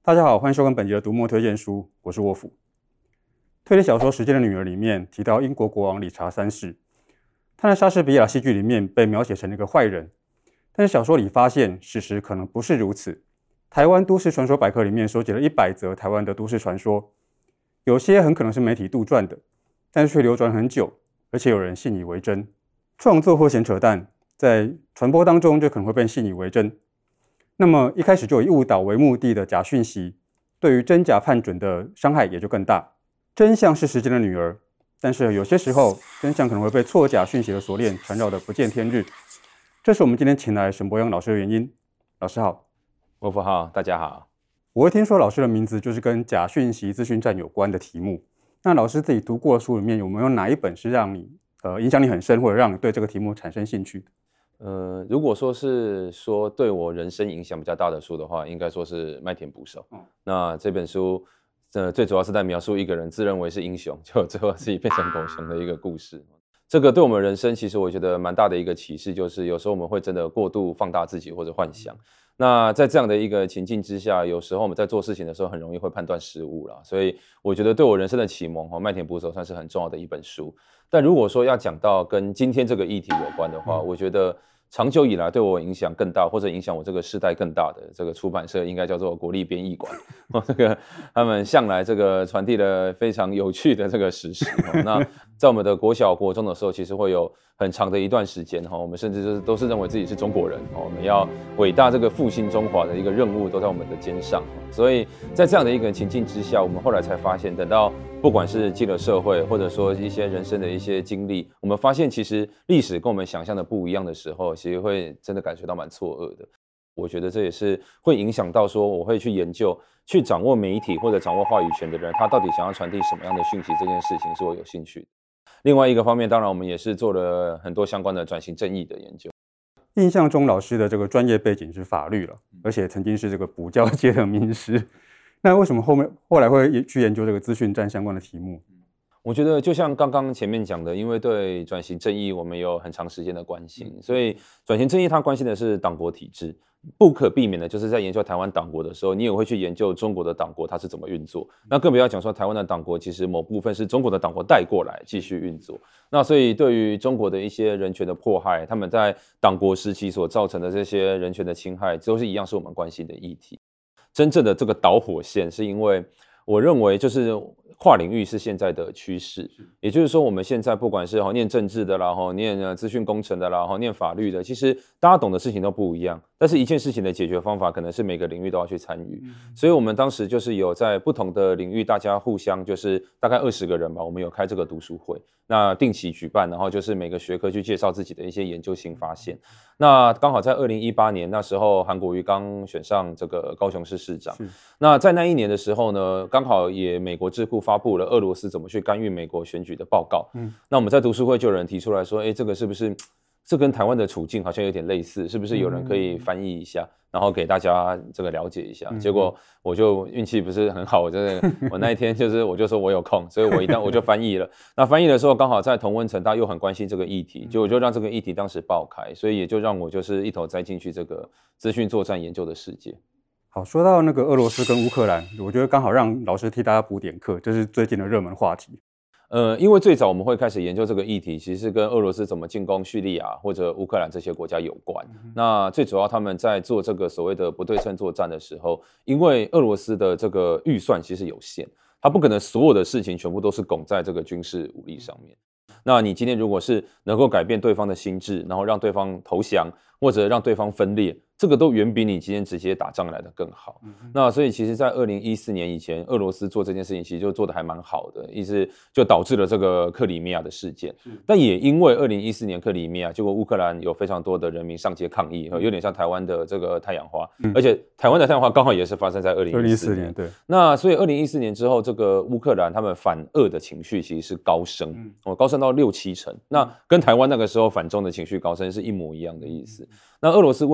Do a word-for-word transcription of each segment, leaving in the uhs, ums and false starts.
大家好，欢迎收看本集的读墨推荐书，我是沃夫。推理小说《时间的女儿》里面提到英国国王理查三世，他在莎士比亚戏剧里面被描写成一个坏人，但是小说里发现事实可能不是如此。台湾都市传说百科里面收集了一百则台湾的都市传说，有些很可能是媒体杜撰的，但是却流传很久，而且有人信以为真。创作或闲扯淡，在传播当中就可能会被信以为真。那么一开始就以误导为目的的假讯息，对于真假判准的伤害也就更大。真相是时间的女儿，但是有些时候真相可能会被错假讯息的锁链缠绕得不见天日。这是我们今天请来沈伯洋老师的原因。老师好。 沃夫好，大家好。 我会听说老师的名字就是跟假讯息资讯战有关的题目，那老师自己读过的书里面有没有哪一本是让你呃影响你很深，或者让你对这个题目产生兴趣的？ 呃，如果说是说对我人生影响比较大的书的话，应该说是《麦田捕手》。嗯、那这本书，呃，最主要是在描述一个人自认为是英雄，就最后自己变成狗熊的一个故事。这个对我们人生其实我觉得蛮大的一个启示，就是有时候我们会真的过度放大自己或者幻想。那在这样的一个情境之下，有时候我们在做事情的时候很容易会判断失误啦，所以我觉得对我人生的启蒙，《麦田捕手》算是很重要的一本书。但如果说要讲到跟今天这个议题有关的话，我觉得长久以来对我影响更大，或者影响我这个世代更大的这个出版社，应该叫做国立编译馆。这个他们向来这个传递了非常有趣的这个史实。那在我们的国小、国中的时候，其实会有很长的一段时间，我们甚至就是都是认为自己是中国人，我们要伟大这个复兴中华的一个任务都在我们的肩上。所以在这样的一个情境之下，我们后来才发现，等到不管是进了社会，或者说一些人生的一些经历，我们发现其实历史跟我们想象的不一样的时候，其实会真的感觉到蛮错愕的。我觉得这也是会影响到说我会去研究，去掌握媒体或者掌握话语权的人，他到底想要传递什么样的讯息，这件事情是我有兴趣的。另外一个方面，当然我们也是做了很多相关的转型正义的研究。 印象中老师的这个专业背景是法律了，而且曾经是这个补教界的名师。那为什么后面后来会去研究这个资讯战相关的题目？ 我觉得就像刚刚前面讲的，因为对转型正义我们有很长时间的关心，所以转型正义它关心的是党国体制，不可避免的就是在研究台湾党国的时候，你也会去研究中国的党国它是怎么运作。那更不要讲说台湾的党国其实某部分是中国的党国带过来继续运作。那所以对于中国的一些人权的迫害，他们在党国时期所造成的这些人权的侵害，都是一样是我们关心的议题。真正的这个导火线是因为我认为就是跨领域是现在的趋势，也就是说我们现在不管是念政治的啦，念资讯工程的啦，念法律的，其实大家懂的事情都不一样，但是一件事情的解决方法可能是每个领域都要去参与。所以我们当时就是有在不同的领域大家互相就是大概二十个人吧，我们有开这个读书会，那定期举办，然后就是每个学科去介绍自己的一些研究新发现。那刚好在二零一八年那时候韩国瑜刚选上这个高雄市市长，那在那一年的时候呢，刚好也美国智库发布了俄罗斯怎么去干预美国选举的报告。嗯，那我们在读书会就有人提出来说，哎，这个是不是这跟台湾的处境好像有点类似，是不是有人可以翻译一下，然后给大家这个了解一下？嗯、结果我就运气不是很好，我真的我那一天就是我就说我有空，所以我一旦我就翻译了。那翻译的时候刚好在同温层，大家又很关心这个议题，就我就让这个议题当时爆开，所以也就让我就是一头栽进去这个资讯作战研究的世界。 好，说到那个俄罗斯跟乌克兰，我觉得刚好让老师替大家补点课，这是最近的热门话题。 呃，因为最早我们会开始研究这个议题，其实是跟俄罗斯怎么进攻叙利亚或者乌克兰这些国家有关。嗯、那最主要他们在做这个所谓的不对称作战的时候，因为俄罗斯的这个预算其实有限，他不可能所有的事情全部都是拱在这个军事武力上面。那你今天如果是能够改变对方的心智，然后让对方投降或者让对方分裂，这个都远比你今天直接打仗来的更好。嗯、那所以其实在二零一四年以前，俄罗斯做这件事情其实就做得还蛮好的，意思就导致了这个克里米亚的事件。但也因为二零一四年克里米亚，结果乌克兰有非常多的人民上街抗议，有点像台湾的这个太阳花。嗯、而且台湾的太阳花刚好也是发生在二零一四年。 对。 那所以二零一四年之后，这个乌克兰他们反俄的情绪其实是高升，嗯哦、高升到六七成。那跟台湾那个时候反中的情绪高升是一模一样的意思。那俄罗斯为了要去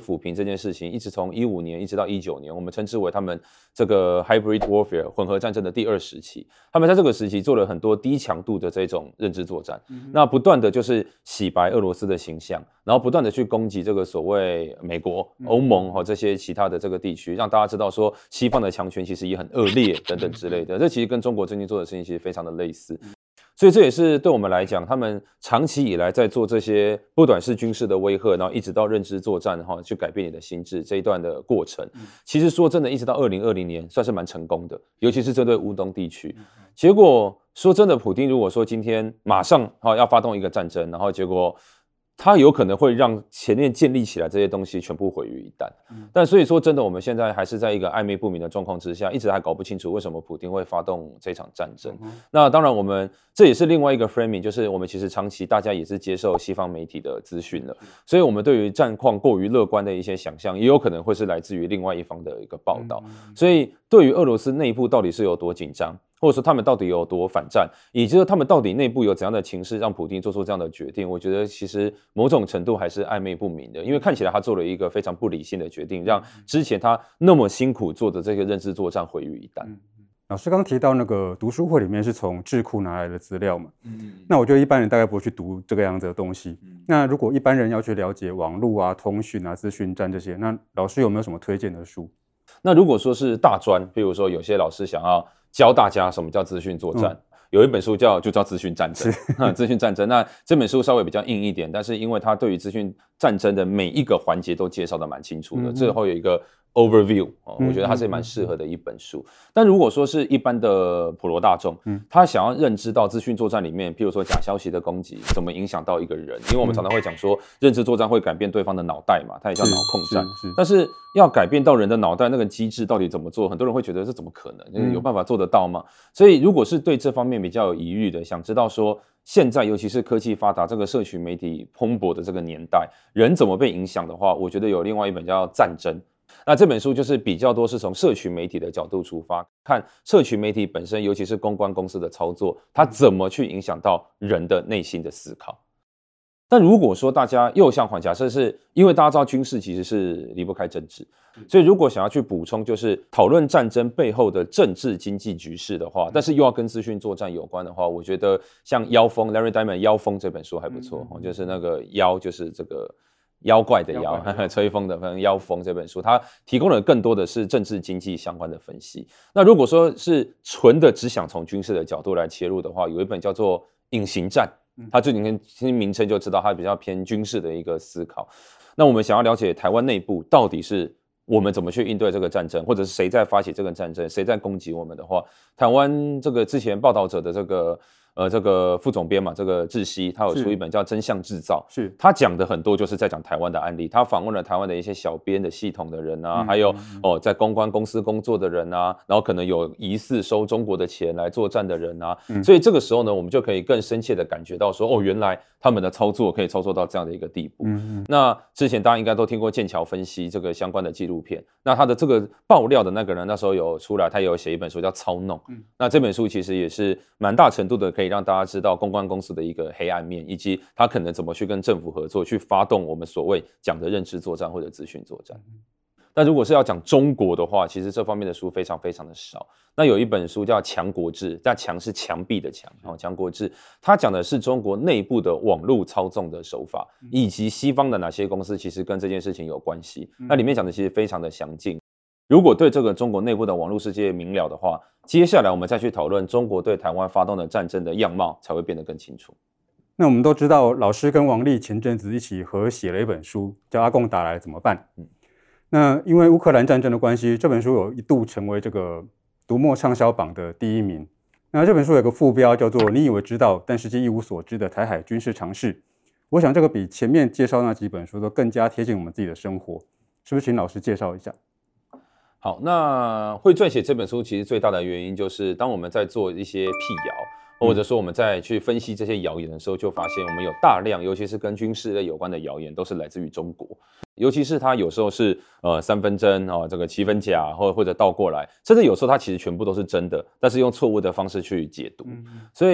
抚平这件事情，一直从一五年一直到一九年，我们称之为他们这个 hybrid warfare 混合战争的第二时期。他们在这个时期做了很多低强度的这种认知作战，嗯、那不断的就是洗白俄罗斯的形象，然后不断的去攻击这个所谓美国、欧盟和这些其他的这个地区，让大家知道说西方的强权其实也很恶劣等等之类的。这其实跟中国最近做的事情其实非常的类似。所以这也是对我们来讲，他们长期以来在做这些，不管是军事的威吓，然后一直到认知作战哈，去改变你的心智这一段的过程。其实说真的，一直到二零二零年算是蛮成功的，尤其是针对乌东地区。结果说真的，普丁如果说今天马上哈要发动一个战争，然后结果它有可能会让前面建立起来这些东西全部毁于一旦。嗯、但所以说真的，我们现在还是在一个暧昧不明的状况之下，一直还搞不清楚为什么普丁会发动这场战争。嗯、那当然，我们这也是另外一个 framing， 就是我们其实长期大家也是接受西方媒体的资讯了，所以我们对于战况过于乐观的一些想象，也有可能会是来自于另外一方的一个报道。嗯、所以对于俄罗斯内部到底是有多紧张，或者说他们到底有多反战，以及说他们到底内部有怎样的情势让普丁做出这样的决定，我觉得其实某种程度还是暧昧不明的，因为看起来他做了一个非常不理性的决定，让之前他那么辛苦做的这个认知作战毁于一旦。嗯、 老师刚提到那个读书会里面是从智库拿来的资料嘛，嗯、那我觉得一般人大概不会去读这个样子的东西。嗯、那如果一般人要去了解网络啊、通讯啊、资讯战这些，那老师有没有什么推荐的书？ 那如果说是大专，比如说有些老师想要教大家什么叫资讯作战，嗯、有一本书叫就叫资讯战争，资讯战争。那这本书稍微比较硬一点，但是因为它对于资讯战争的每一个环节都介绍的蛮清楚的，嗯、最后有一个 overview，哦、我觉得它是蛮适合的一本书。嗯、但如果说是一般的普罗大众，嗯、他想要认知到资讯作战里面，譬如说假消息的攻击怎么影响到一个人，因为我们常常会讲说，认知作战会改变对方的脑袋嘛，它也叫脑控战。是是是，但是要改变到人的脑袋那个机制到底怎么做，很多人会觉得这怎么可能？嗯、有办法做得到吗？所以如果是对这方面比较有疑虑的，想知道说现在尤其是科技发达、这个社群媒体蓬勃的这个年代，人怎么被影响的话，我觉得有另外一本叫《战争》。那这本书就是比较多是从社群媒体的角度出发，看社群媒体本身，尤其是公关公司的操作，它怎么去影响到人的内心的思考。但如果说大家右向缓，假设是因为大家知道军事其实是离不开政治，所以如果想要去补充就是讨论战争背后的政治经济局势的话，但是又要跟资讯作战有关的话，我觉得像妖风 Larry Diamond 妖风这本书还不错，嗯、就是那个妖就是这个妖怪的妖，吹风的妖风这本书，它提供了更多的是政治经济相关的分析。那如果说是纯的只想从军事的角度来切入的话，有一本叫做《隐形战》。它就你看听名称就知道，它比较偏军事的一个思考。那我们想要了解台湾内部到底是我们怎么去应对这个战争，或者是谁在发起这个战争，谁在攻击我们的话，台湾这个之前报道者的这个呃这个副总编嘛，这个志熙，他有出一本叫《真相制造》，是他讲的很多就是在讲台湾的案例，他访问了台湾的一些小编的系统的人啊，嗯、还有哦在公关公司工作的人啊，然后可能有疑似收中国的钱来作战的人啊，嗯、所以这个时候呢，我们就可以更深切的感觉到说，哦，原来他们的操作可以操作到这样的一个地步。嗯、那之前大家应该都听过剑桥分析这个相关的纪录片，那他的这个爆料的那个人那时候有出来，他也有写一本书叫《操弄》，嗯、那这本书其实也是蛮大程度的可以让大家知道公关公司的一个黑暗面，以及他可能怎么去跟政府合作，去发动我们所谓讲的认知作战或者资讯作战。那如果是要讲中国的话，其实这方面的书非常非常的少。那有一本书叫《强国志》，那强是墙壁的墙，哦，强国志，它讲的是中国内部的网络操纵的手法，以及西方的哪些公司其实跟这件事情有关系。那里面讲的其实非常的详尽。如果对这个中国内部的网络世界明了的话，接下来我们再去讨论中国对台湾发动的战争的样貌，才会变得更清楚。 那我们都知道，老师跟王力前阵子一起合写了一本书，叫《阿共打来怎么办》。嗯，那因为乌克兰战争的关系，这本书有一度成为这个读墨畅销榜的第一名。那这本书有个副标叫做"你以为知道，但实际一无所知的台海军事常识"。我想这个比前面介绍那几本书都更加贴近我们自己的生活，是不是请老师介绍一下？ 好，那会撰写这本书其实最大的原因就是当我们在做一些辟谣，或者说我们在去分析这些谣言的时候，就发现我们有大量尤其是跟军事类有关的谣言都是来自于中国，尤其是它有时候是呃三分真哦，这个七分假，或或者倒过来，甚至有时候它其实全部都是真的，但是用错误的方式去解读。嗯、所以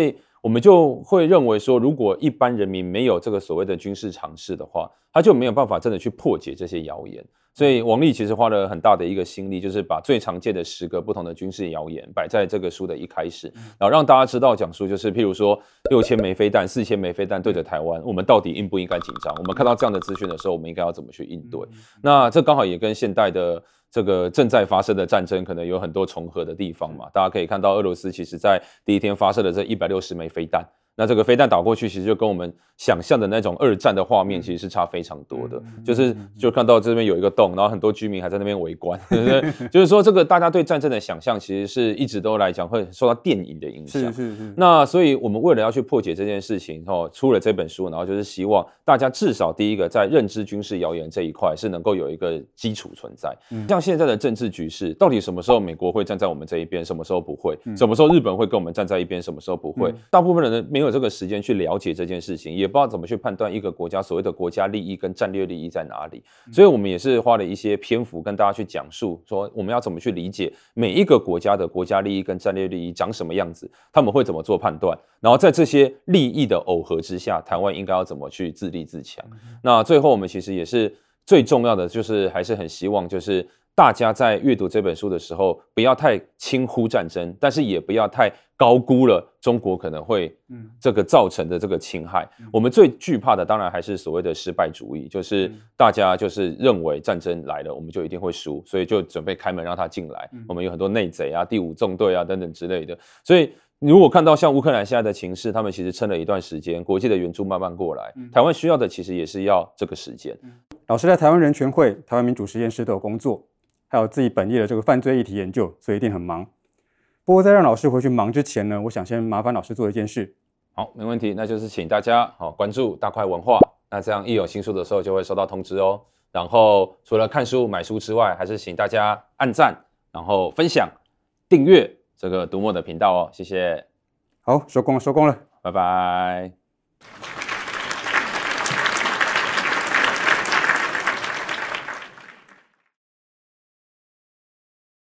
我们就会认为说，如果一般人民没有这个所谓的军事常识的话，他就没有办法真的去破解这些谣言。所以王力其实花了很大的一个心力，就是把最常见的十个不同的军事谣言摆在这个书的一开始，然后让大家知道讲述就是，譬如说六千枚飞弹、四千枚飞弹对着台湾，我们到底应不应该紧张？我们看到这样的资讯的时候，我们应该要怎么去应对？那这刚好也跟现代的这个正在发生的战争可能有很多重合的地方嘛。大家可以看到，俄罗斯其实在第一天发射的这一百六十枚飞弹。那这个飞弹打过去，其实就跟我们想象的那种二战的画面其实是差非常多的，就是就看到这边有一个洞，然后很多居民还在那边围观，对不对？就是说这个大家对战争的想象，其实是一直都来讲会受到电影的影响。 是是是。 那所以我们为了要去破解这件事情，哦，出了这本书，然后就是希望大家至少第一个在认知军事谣言这一块是能够有一个基础存在。嗯、像现在的政治局势，到底什么时候美国会站在我们这一边，什么时候不会？嗯、什么时候日本会跟我们站在一边，什么时候不会？嗯、大部分人没有。有这个时间去了解这件事情，也不知道怎么去判断一个国家所谓的国家利益跟战略利益在哪里，所以我们也是花了一些篇幅跟大家去讲述，说我们要怎么去理解每一个国家的国家利益跟战略利益长什么样子，他们会怎么做判断，然后在这些利益的耦合之下，台湾应该要怎么去自立自强。那最后我们其实也是最重要的，就是还是很希望就是大家在阅读这本书的时候，不要太轻忽战争，但是也不要太高估了中国可能会这个造成的这个侵害。嗯、我们最惧怕的当然还是所谓的失败主义，就是大家就是认为战争来了我们就一定会输，所以就准备开门让他进来。嗯、我们有很多内贼啊、第五纵队啊等等之类的。所以如果看到像乌克兰现在的情势，他们其实撑了一段时间，国际的援助慢慢过来，嗯、台湾需要的其实也是要这个时间。嗯、 老师在台湾人权会、台湾民主实验室都有工作。还有自己本业的这个犯罪议题研究，所以一定很忙。不过在让老师回去忙之前呢，我想先麻烦老师做一件事。 好，没问题，那就是请大家好关注大块文化，那这样一有新书的时候就会收到通知哦。然后除了看书买书之外，还是请大家按赞，然后分享、订阅这个读墨的频道哦，谢谢。 好，收工了，收工了， 拜拜。